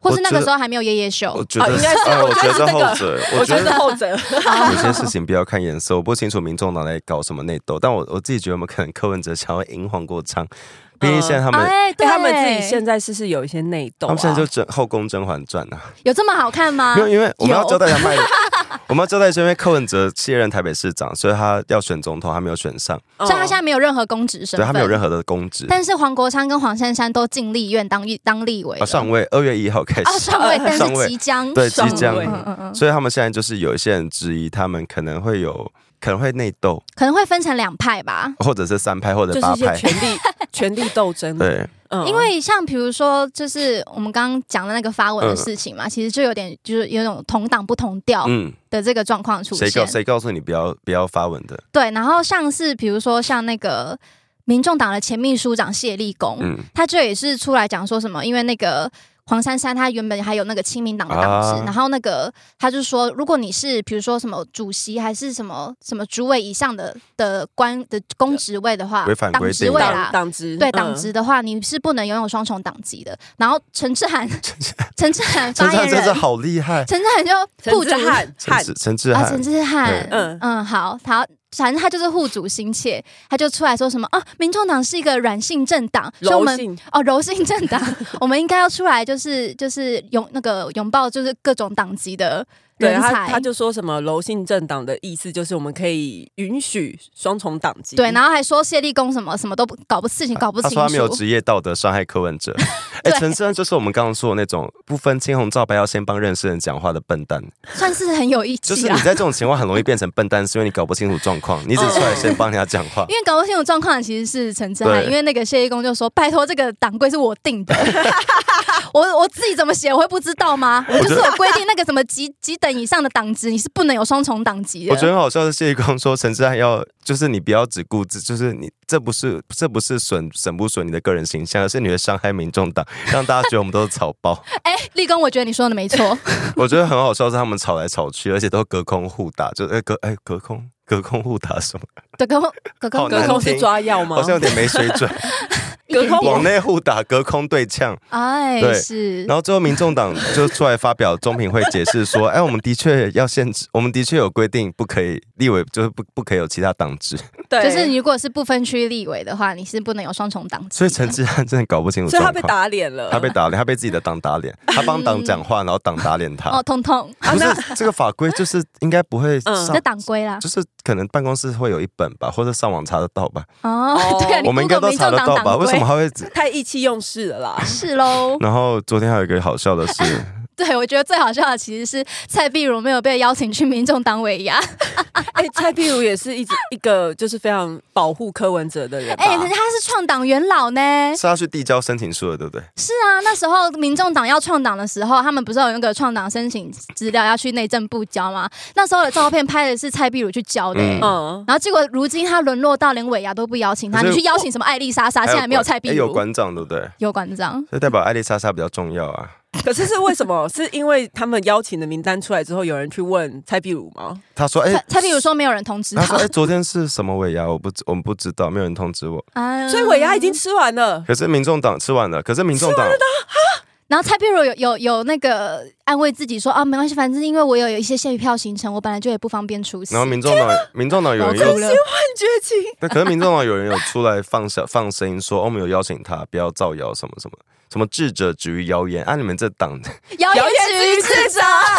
或是那个时候还没有夜夜秀？ 应该是， 我觉得后者， 我觉得是后者。 有些事情不要看颜色，我不清楚民众党在搞什么内斗，但我自己觉得我们可能柯文哲想要赢黄国昌。毕竟现在他们， 他们自己现在是有一些内斗， 他们现在就后宫甄嬛传啊， 有这么好看吗？ 没有，因为我们要交代一下我们要交代一下，因为柯文哲卸任台北市长，所以他要选总统，他没有选上， 所以他现在没有任何公职身份， 对他没有任何的公职。 但是黄国昌跟黄珊珊都进立院当立委， 上位2月1号开始， 上位，但是即将对即将，所以他们现在就是有一些人质疑，他们可能会内斗， 可能会分成2派吧， 或者是3派或者8派， 就是一些权力斗争。 对， 因为像比如说，就是我们刚刚讲的那个发文的事情嘛，其实就有点就是有种同党不同调的这个状况出现。 谁告诉你不要发文的？ 对，然后像是比如说像那个民众党的前秘书长谢立功，他就也是出来讲说什么，因为那个黄珊珊她原本还有那个亲民党的党职，然后那个他就说，如果你是比如说什么主席还是什么主委以上的公职位的话， 违反规定党职对党职的话，你是不能拥有双重党籍的。然后陈志涵发言人真的好厉害， 陈志涵就护主陈志涵， 好。反正他就是护主心切，他就出来说什么民众党是一个软性政党， 柔性柔性政党，我们应该要出来就是拥抱就是各种党籍的人才。 他就说什么柔性政党的意思就是我们可以允许双重党籍， 对，然后还说谢立功什么都事情搞不清楚， 他说他没有职业道德，伤害柯文哲。陈志涵就是我们刚刚说的那种不分青红皂白要先帮认识人讲话的笨蛋， 算是很有义气。 就是你在这种情况很容易变成笨蛋，是因为你搞不清楚状况，你只出来先帮人家讲话。 因为搞不清楚状况的其实是陈志涵，因为那个谢立功就说：“拜托，这个党规是我定的，我自己怎么写我会不知道吗？我就是有规定那个什么几等以上的党职你是不能有双重党籍的。” 我觉得很好笑的是谢立功说陈志涵就是你不要只顾自，就是你这不是损不损你的个人形象，而是你会伤害民众党，让大家觉得我们都是草包。 立功，我觉得你说的没错。 我觉得很好笑是他们吵来吵去，而且都隔空互打，就隔空互打什么？ 隔空是抓药吗？ 好像有点没水准。隔空往内互打，隔空对呛，对， 是。 然后最后民众党就出来发表中评会解释说，我们的确要限制，我们的确有规定，不可以立委就是不可以有其他党职， 对，就是你如果是不分区立委的话，你是不能有双重党职。 所以陈志涵真的搞不清楚状况， 所以他被打脸了， 他被自己的党打脸，他帮党讲话，然后党打脸他， 通不是这个法规就是应该不会上， 这党规啦， 就是可能办公室会有一本吧，或者上网查得到吧。 对啊， 我们应该都查得到吧？为什么他会太意气用事了啦？ 是喽。 然后昨天还有一个好笑的事， 对，我觉得最好笑的其实是蔡壁如没有被邀请去民众党尾牙。 蔡壁如也是一个就是非常保护柯文哲的人吧。 他是创党元老呢， 是他去递交申请书了，对不对？ 是啊，那时候民众党要创党的时候，他们不是有那个创党申请资料要去内政部交吗？那时候的照片拍的是蔡壁如去交的，然后结果如今他沦落到连尾牙都不邀请他，你去邀请什么艾丽莎莎，现在没有蔡壁如， 有馆长对不对？ 有馆长， 所以代表艾丽莎莎比较重要啊。 可是为什么？是因为他们邀请的名单出来之后，有人去问蔡壁如吗？ 他说：“ 蔡壁如说没有人通知他。” 他说：“昨天是什么尾牙？我们不知道，没有人通知我。” 所以尾牙已经吃完了。 可是民众党吃完了，可是民众党。 然后蔡壁如有那个安慰自己说没关系，反正因为我有一些谢票行程，我本来就也不方便出席。 然后民众党有人真心换绝情。 对，可是民众党有人有出来放声音说，我们有邀请他，不要造谣什么什么。什么智者止于谣言啊！你们这党谣言止于智者。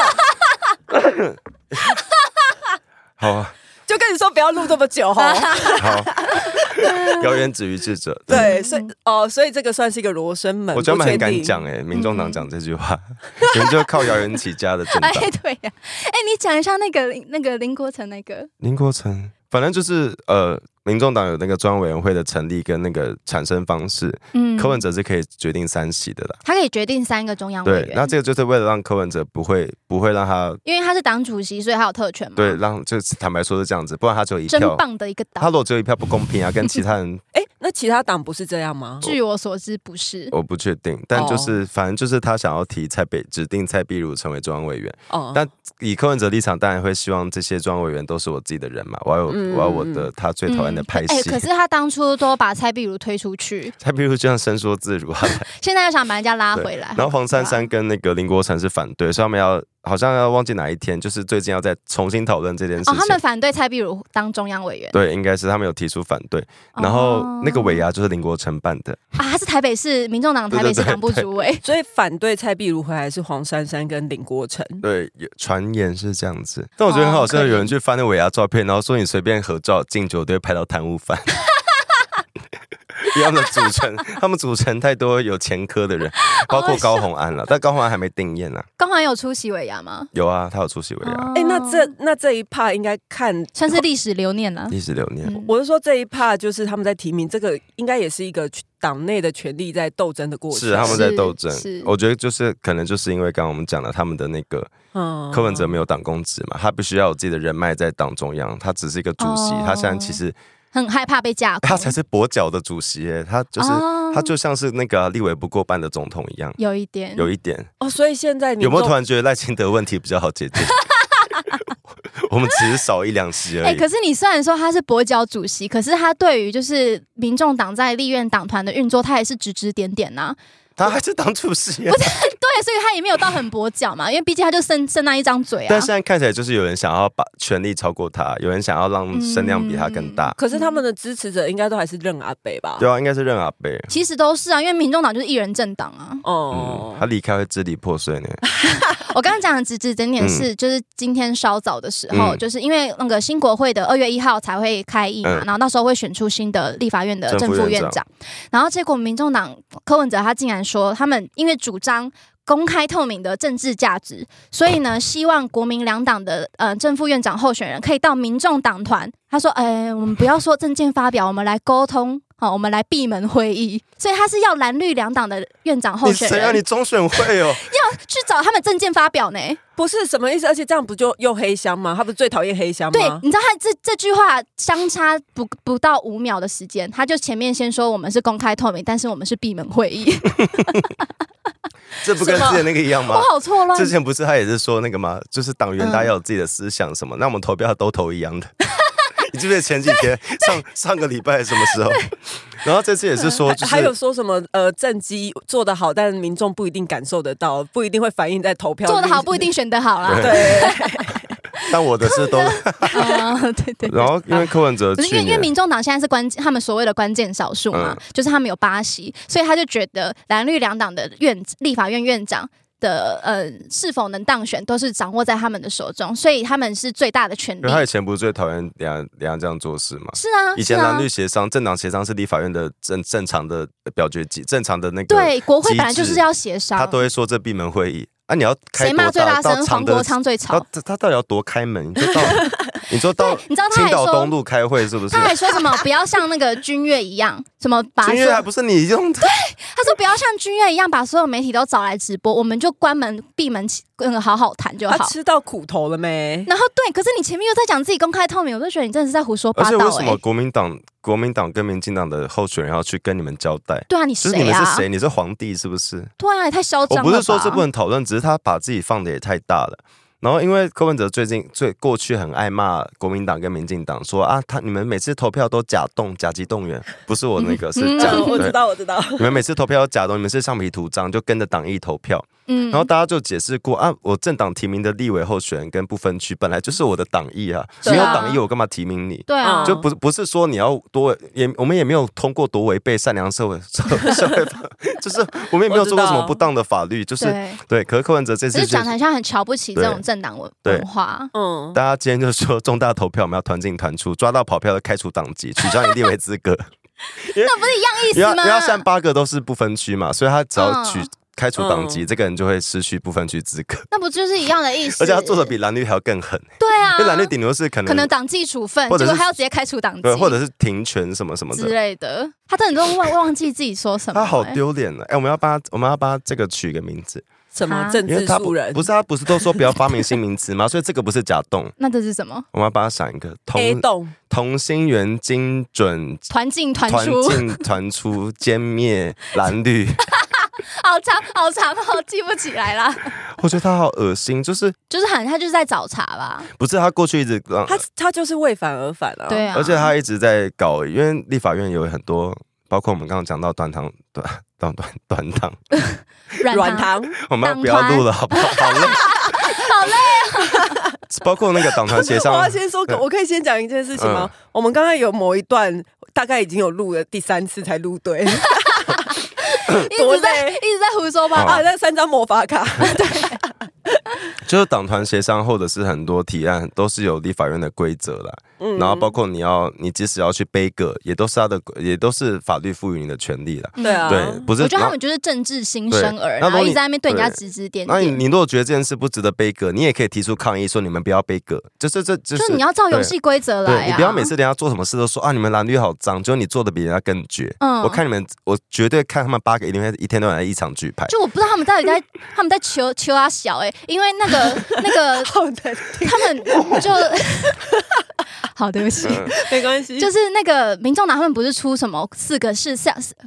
好啊， 就跟你说不要录这么久哈。 好，谣言止于智者。 对，所以这个算是一个罗生门。 我觉得他们很敢讲民众党讲这句话，你们就靠谣言起家的政党。 对呀，你讲一下那个林国成那个。 林国成，反正就是民众党有那个中央委员会的成立跟那个产生方式，柯文哲是可以决定3席的啦， 他可以决定3个中央委员。 对，那这个就是为了让柯文哲不会让他， 因为他是党主席，所以他有特权嘛。 对，就坦白说是这样子，不然他只有1票， 真棒的一个党。 他如果只有1票不公平啊，跟其他人。 那其他党不是这样吗？ 据我所知不是， 我不确定，但就是反正就是他想要提指定蔡壁如成为中央委员。但以柯文哲立场，当然会希望这些中央委员都是我自己的人嘛，我要我的他最讨厌的派系。 可是他当初都把蔡壁如推出去， 蔡壁如这样伸缩自如， 现在又想把人家拉回来。 然后黄珊珊跟那个林国成是反对，所以他们好像要忘记哪一天，就是最近要再重新讨论这件事情。 他们反对蔡壁如当中央委员。 对，应该是他们有提出反对。然后那个尾牙就是林国成办的他是台北市民众党台北市党部主委， 所以反对蔡壁如回来是黄珊珊跟林国成。 对，传言是这样子。但我觉得很好笑，有人去翻那尾牙照片，然后说你随便合照敬酒都会拍到贪污犯。因为他们组成太多有前科的人，包括高虹安了，但高虹安还没定谳啊。 高虹安有出席尾牙吗？ 有啊，他有出席尾牙。 那这一趴应该算是历史留念了。 历史留念， 我是说这一趴就是他们在提名，这个应该也是一个党内的权力在斗争的过程。 是他们在斗争。我觉得可能就是因为刚刚我们讲了他们的那个柯文哲没有党公职嘛，他必须要有自己的人脉在党中央，他只是一个主席，他现在其实。 很害怕被架空， 他才是跛脚的主席耶，他就像是那个立委不过半的总统一样， 有一点所以现在有没有突然觉得赖清德问题比较好解决？我们只是少1-2席而已。 可是你虽然说他是跛脚主席，可是他对于就是民众党在立院党团的运作，他也是指指点点呐。 他还是当主席， 不是对，所以他也没有到很跛脚嘛，因为毕竟他就剩那一张嘴啊。 但现在看起来就是有人想要把权力超过他，有人想要让声量比他更大。 可是他们的支持者应该都还是认阿北吧？ 对啊，应该是认阿北。 其实都是啊，因为民众党就是一人政党啊。 他离开会支离破碎呢。 我刚刚讲的指指点点是，就是今天稍早的时候，就是因为那个新国会的2月1号才会开议嘛，然后到时候会选出新的立法院的正副院长，然后结果民众党柯文哲他竟然说，他们因为主张公开透明的政治价值，所以呢，希望国民两党的正副院长候选人可以到民众党团。他说，我们不要说政见发表，我们来沟通。我们来闭门会议，所以他是要蓝绿两党的院长候选人。 你谁啊？你中选会哦？ 要去找他们政见发表呢？ 不是什么意思？而且这样不就又黑箱吗？他不是最讨厌黑箱吗？ 对，你知道他这句话相差不到5秒的时间，他就前面先说我们是公开透明，但是我们是闭门会议。 这不跟之前那个一样吗？ 我好错乱。 之前不是他也是说那个吗？就是党员大家有自己的思想什么，那我们投票都投一样的。你记不记得前几天上个礼拜什么时候？然后这次也是说， 还有说什么政绩做得好，但民众不一定感受得到，不一定会反映在投票。 做得好不一定选得好啦。 对。 但我的是都对。 然后因为柯文哲， 因为民众党现在是他们所谓的关键少数嘛，就是他们有8席，所以他就觉得蓝绿两党的立法院院长的是否能当选，都是掌握在他们的手中，所以他们是最大的权力。 他以前不是最讨厌两岸这样做事吗？ 是啊， 以前蓝绿协商、政党协商是立法院的正常的表决机，正常的那个对国会本来就是要协商， 他都会说这闭门会议。你要开谁骂最大声？黄国昌最吵。 他到底要多开门？你说到青岛东路开会是不是？ 他还说什么不要像那个君悦一样，什么把君悦还不是你用的？ 对，他说不要像君悦一样把所有媒体都找来直播，我们就关门闭门好好谈就好。 他吃到苦头了没？ 然后对，可是你前面又在讲自己公开透明，我就觉得你真的是在胡说八道。 而且为什么国民党跟民进党的候选人要去跟你们交代？ 对啊，你谁啊？ 就是你们是谁？你是皇帝是不是？ 对啊，也太嚣张了吧。 我不是说这不能讨论，只是他把自己放的也太大了。然后因为柯文哲过去很爱骂国民党跟民进党，说啊，你们每次投票都甲级动员，不是我那个是假的。 我知道。 你们每次投票都假动，你们是橡皮图章，就跟着党意投票。然后大家就解释过啊，我政党提名的立委候选人跟不分区本来就是我的党意啊，没有党意我干嘛提名你？ 对啊， 就不是说你要我们也没有通过多违背善良社会法，就是我们也没有做过什么不当的法律，就是对。可是柯文哲这次只是讲得很像很瞧不起这种政党文化。 大家今天就说重大投票我们要团进团出，抓到跑票的开除党籍，取消你立委资格。 那不是一样意思吗？ 因为现在8个都是不分区嘛，所以他只要开除党籍，这个人就会失去不分区资格。 那不就是一样的意思？ 而且他做的比蓝绿还要更狠。 对啊， 因为蓝绿顶多是可能党纪处分，结果他要直接开除党籍， 对，或者是停权什么什么的之类的。他真的都忘记自己说什么。 他好丢脸了。我们要帮他这个取一个名字。 什么政治素人？ 不是他不是都说不要发明新名词吗？所以这个不是假动。 那这是什么？ 我们要帮他想一个 A 动同心圆精准团进团出歼灭蓝绿。 好长哦，记不起来啦。 我觉得他好恶心，就是他就是在找茬吧？ 不是，他过去一直他就是为反而反啊。 对啊， 而且他一直在搞，因为立法院有很多，包括我们刚刚讲到短糖。 软糖， 我们不要录了，好不好？好累， 好累啊！ 包括那个党团协商， 我要先说，我可以先讲一件事情吗？我们刚才有某一段，大概已经有录了第3次才录对， 一直在胡说八道。 那3张魔法卡，对。 就是党团协商或者是很多提案都是有立法院的规则啦，然后包括你即使要去杯葛，也都是法律赋予你的权利啦。 对啊， 对，不是。 我觉得他们就是政治新生儿，然后一直在那边对人家指指点点。 那你如果觉得这件事不值得杯葛，你也可以提出抗议，说你们不要杯葛，就是你要照游戏规则来啊！ 你不要每次人家做什么事都说啊，你们蓝绿好脏，就你做的比人家更绝。我看你们，我绝对看他们8个一天都来一场举牌。 就我不知道他们到底他们在求啊小因为那个他们就好，对不起， 没关系。 就是那个民众党他们不是出什么44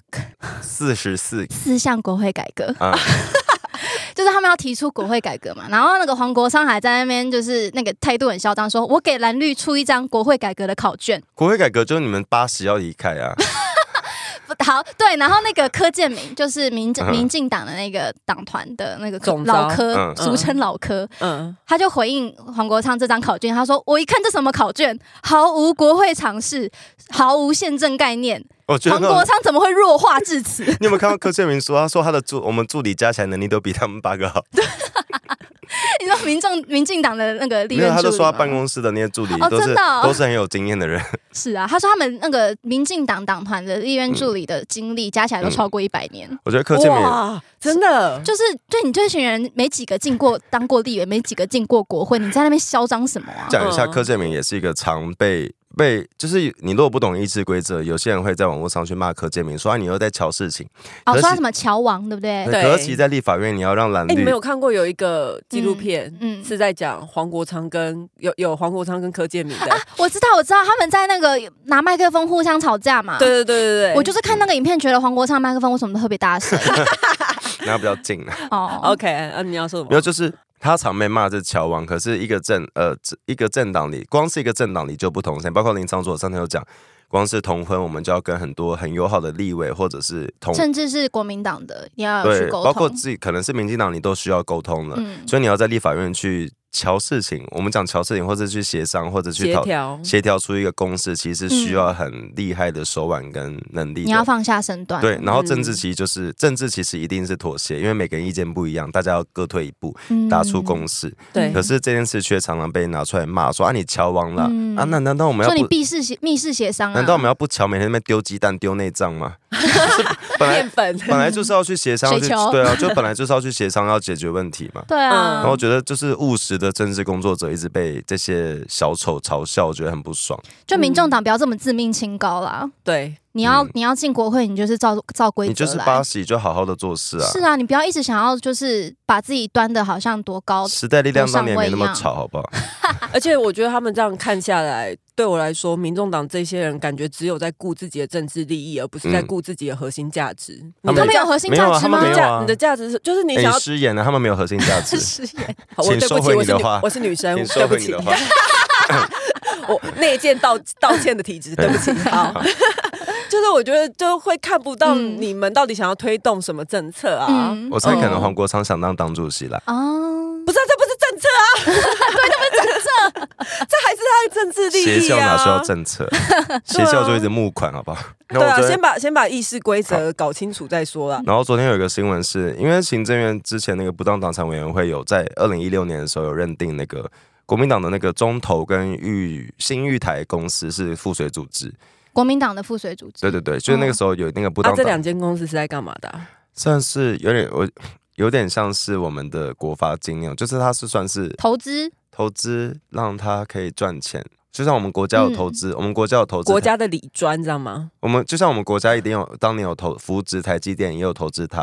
项国会改革，就是他们要提出国会改革嘛。然后那个黄国昌还在那边就是那个态度很嚣张，说我给蓝绿出一张国会改革的考卷。 国会改革就是你们80要离开啊。 好，对，然后那个柯建铭就是民进党的那个党团的那个老柯，俗称老柯，他就回应黄国昌这张考卷，他说：“我一看这什么考卷，毫无国会常识，毫无宪政概念。”黄国昌怎么会弱化至此？ 你有没有看到柯建铭说，他说我们助理加起来能力都比他们8个好。 你说民进党的那个立院助理， 他就说他办公室的那些助理都是很有经验的人。 是啊，他说他们那个民进党党团的立院助理的经历加起来都超过100年。 我觉得柯建铭真的就是对你这群人没几个当过立委，没几个进过国会，你在那边嚣张什么啊？ 讲一下，柯建铭也是一个常被就是你如果不懂议事规则，有些人会在网络上去骂柯建铭，说你又在瞧事情。 说他什么乔王，对不对？ 对。可是其实在立法院，你要让蓝绿。 你们有看过有一个纪录片，是在讲黄国昌跟有黄国昌跟柯建铭的。 我知道，他们在那个拿麦克风互相吵架嘛。 对。 我就是看那个影片，觉得黄国昌麦克风为什么都特别大声？ 那比较近啊。OK， 你要说什么？ 没有，就是他常被骂是乔王，可是一个政党里，光是一个政党里就不同声，包括林昶佐上天有讲，光是同婚，我们就要跟很多很友好的立委或者是甚至是国民党的，你要去沟通， 包括自己可能是民进党，你都需要沟通了，所以你要在立法院去瞧事情，我们讲瞧事情，或者去协商，或者去协调出一个共识，其实需要很厉害的手腕跟能力。 你要放下身段。 对，然后政治其实一定是妥协，因为每个人意见不一样，大家要各退一步，打出共识。 对。 可是这件事却常常被拿出来骂，说你乔王了啊，那难道我们要说你密室协商啊？ 难道我们要不乔，每天在那边丢鸡蛋丢内脏吗？ 面粉本来就是要去协商，对啊，就本来就是要去协商，要解决问题嘛。 对啊。 然后我觉得就是务实的政治工作者一直被这些小丑嘲笑，我觉得很不爽。 就民众党不要这么自命清高啦。 对， 你要进国会，你就是照规则来， 你就是8席就好好的做事啊。 是啊，你不要一直想要就是把自己端的好像多高。 时代力量当年没那么吵，好不好？ 而且我觉得他们这样看下来，对我来说，民众党这些人感觉只有在顾自己的政治利益，而不是在顾自己的核心价值。 他们有核心价值吗？ 你的价值是就是你想要失言了，他们没有核心价值。 失言， 请收回你的话， 我是女生， 对不起。 我内建道歉的体质，对不起。好。就是我觉得就会看不到你们到底想要推动什么政策啊。 我猜可能黄国昌想当党主席啦。 不是，这不是政策啊。对，这不是政策，这还是他的政治利益啊。 邪教哪需要政策？邪教就一直募款，好不好？ 对啊，先把议事规则搞清楚再说啦。 然后昨天有一个新闻是，因为行政院之前那个不当党产委员会有在2016年的时候有认定那个国民党的那个中投跟新玉台公司是附水组织。 国民党的附水组织。 对，就是那个时候有那个不当党。 这2间公司是在干嘛的？ 算是有点像是我们的国发金那种，就是它是算是投资让它可以赚钱。就像我们国家有投资，我们国家有投资国家的理专，知道吗？ 就像我们国家一定有当年有扶植台积电，也有投资它。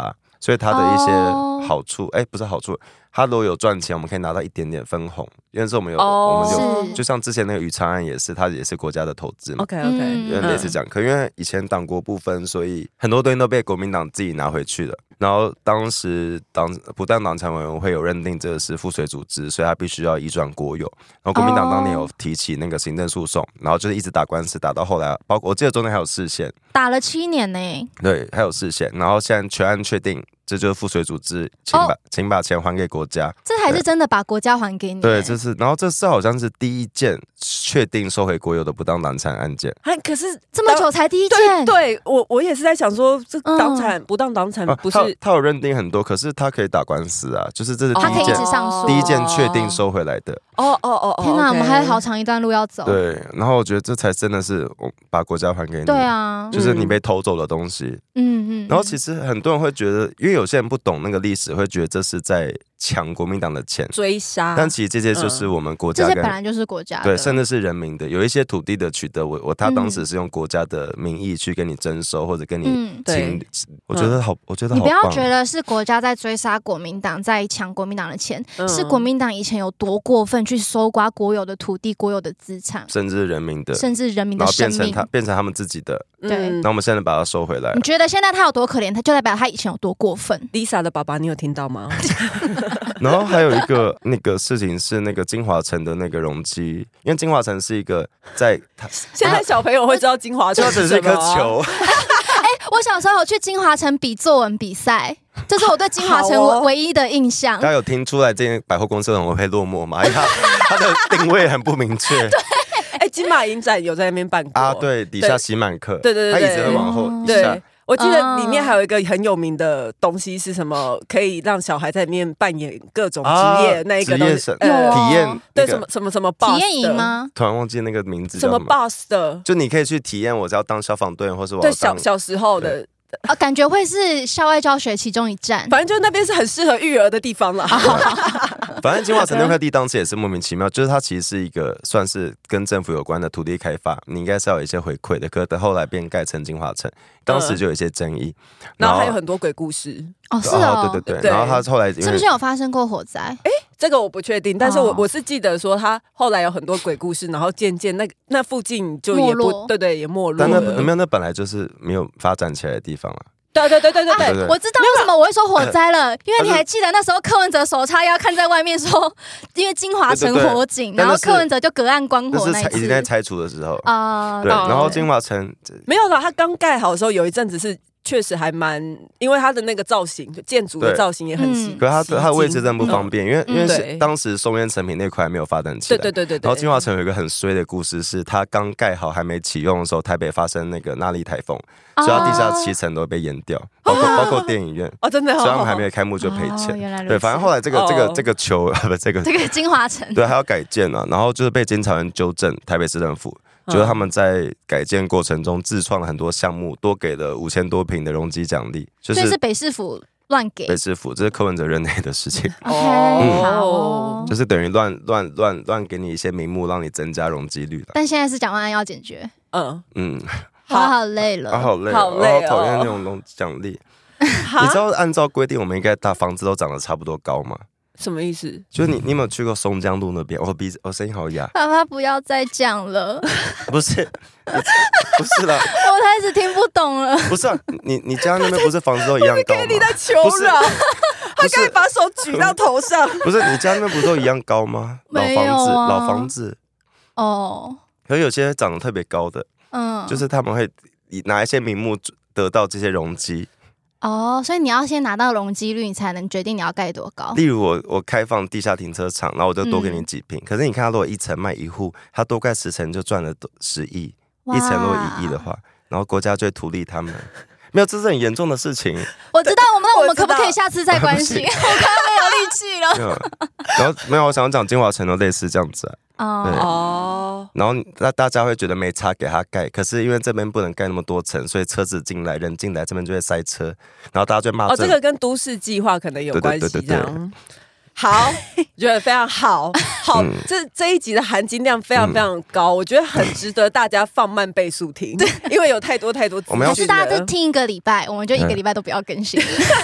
所以它的一些好处，不是好处，它如果有赚钱，我们可以拿到一点点分红，因为是我们有，就像之前那个余长案也是，它也是国家的投资嘛。 OK， 因为类似这样，可因为以前党国不分，所以很多东西都被国民党自己拿回去了。然后当时不但党产委员会有认定这个是赋税组织，所以他必须要移转国有。然后国民党当年有提起那个行政诉讼，然后就是一直打官司，打到后来，包括我记得中间还有释宪， 打了7年呢。 对，还有释宪，然后现在全案确定。这就是赋税组织，请把钱还给国家， 这才是真的把国家还给你。 对，然后这是好像是第一件确定收回国有的不当党产案件。 可是这么久才第一件。 对，我也是在想说，这党产不当党产不是他有认定很多，可是他可以打官司啊，就是这是他可以一直上诉， 第一件确定收回来的。 天哪，我们还有好长一段路要走。 对，然后我觉得这才真的是我把国家还给你。 对啊， 就是你被偷走的东西。然后其实很多人会觉得，因为有些人不懂那个历史，会觉得这是在抢国民党的钱， 追杀。 但其实这些就是我们国家这些本来就是国家的， 对，甚至是人民的。有一些土地的取得，他当时是用国家的名义去跟你征收，或者跟你我觉得好，你不要觉得是国家在追杀国民党，在抢国民党的钱，是国民党以前有多过分去搜刮国有的土地、国有的资产， 甚至人民的生命， 变成他们自己的。 对， 然后我们现在把它收回来。 你觉得现在他有多可怜，他就代表他以前有多过分。 Lisa 的爸爸，你有听到吗？ 然后还有一个那个事情是那个金华城的那个容积，因为金华城是一个现在小朋友会知道金华城是什么？ 是一颗球。 我小时候有去金华城比作文比赛，这是我对金华城唯一的印象。 大家有听出来这间百货公司很会落寞吗？因为它的定位很不明确。 金马影展有在那边办过啊，对，底下洗满客， 对， 他一直会往后一下。 我记得里面还有一个很有名的东西是什么？可以让小孩在里面扮演各种职业，那一个职业体验， 对，什么 boss 体验营吗？ 突然忘记那个名字， 什么 boss 的？ 就你可以去体验，我只要当消防队员，或是我对小时候的。 感觉会是校外教学其中一站， 反正就那边是很适合育儿的地方啦。 反正金华城那块地当时也是莫名其妙，就是它其实是一个算是跟政府有关的土地开发，你应该是要有一些回馈的，可是后来变盖成金华城，当时就有一些争议， 然后还有很多鬼故事。 是哦， 对，然后他后来是不是有发生过火灾？ 这个我不确定，但是我是记得说他后来有很多鬼故事，然后渐渐那附近就也不对也没落了。 但那本来就是没有发展起来的地方啊。 对， 我知道为什么我会说火灾了，因为你还记得那时候柯文哲手叉腰看在外面说，因为金华城火警，然后柯文哲就隔岸观火那一次， 已经在拆除的时候对，然后金华城没有啦，他刚盖好的时候有一阵子是。确实还蛮，因为它的那个造型，建筑的造型也很细。 可是它的位置真的不方便，因为当时松烟成品那块还没有发展起来。 对。 然后金华城有一个很衰的故事，是它刚盖好还没启用的时候，台北发生那个那莉台风，所以它地下7层都被淹掉，包括电影院。 真的。 所以他们还没有开幕就赔钱。 原来如此。 对，反正后来这个球这个金华城对还要改建啊，然后就是被监察院纠正台北市政府。就是他们在改建过程中自创了很多项目，多给了5000多坪的容积奖励， 所以是北市府乱给。 北市府这是柯文哲任内的事情。 好， 就是等于乱给你一些名目，让你增加容积率。 但现在是蒋万安要解决。好累了， 好累，好讨厌那种奖励。你知道按照规定，我们应该大房子都长得差不多高吗？ 什么意思？ 就是你有没有去过松江路那边？我声音好哑。 爸爸不要再讲了。 不是啦， 我开始听不懂了。 不是啊，你家那边不是房子都一样高吗？ 你在求饶，他刚才把手举到头上。 不是你家那边不是都一样高吗？老房子。可是有些长得特别高的，就是他们会拿一些名目得到这些容积。 所以你要先拿到容积率，你才能决定你要盖多高。 例如我开放地下停车场，然后我就多给你几坪。可是你看，如果一层卖1户，他多盖10层就赚了10亿。一层如果1亿的话，然后国家就会图利他们。没有，这是很严重的事情。 我知道，我们可不可以下次再关心？我看没有力气了。 然后没有，我想讲金华城都类似这样子。然后大家会觉得没差，给他盖，可是因为这边不能盖那么多层，所以车子进来人进来，这边就会塞车，然后大家就骂。 这个跟都市计划可能有关系，这样。好，觉得非常好，这一集的含金量非常非常高，我觉得很值得大家放慢倍速听，因为有太多资讯了。 还是大家就听1个礼拜，我们就1个礼拜都不要更新。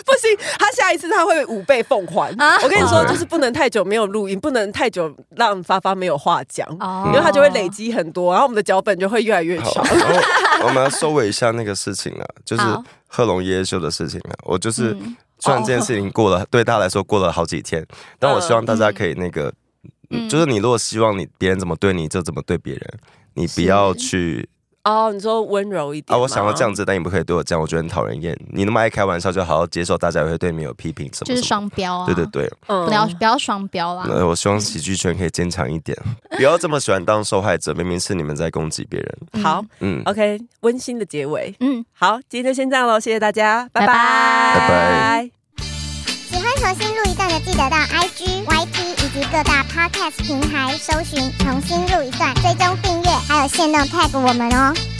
不行，他下一次他会5倍奉还。我跟你说，就是不能太久没有录音，不能太久让发发没有话讲，因为他就会累积很多，然后我们的脚本就会越来越长。 我们要收尾一下那个事情啊，就是贺龙夜夜秀的事情啊。我就是虽然这件事情过了，对大家来说过了好几天，但我希望大家可以那个，就是你如果希望别人怎么对你，就怎么对别人，你不要去。 你说温柔一点我想要这样子，但你不可以对我这样，我觉得很讨人厌。你那么爱开玩笑，就好好接受，大家也会对你有批评什么， 就是双标啊。 对对对， 不要双标啦。 我希望喜剧圈可以坚强一点，不要这么喜欢当受害者，明明是你们在攻击别人。 好，OK， 温馨的结尾。好，今天就先这样咯，谢谢大家，拜拜，拜拜。 喜欢重新录一段的，记得到 IG、YT 以及各大 Podcast 平台搜寻重新录一段，追踪订阅，还有限动 tag 我们哦。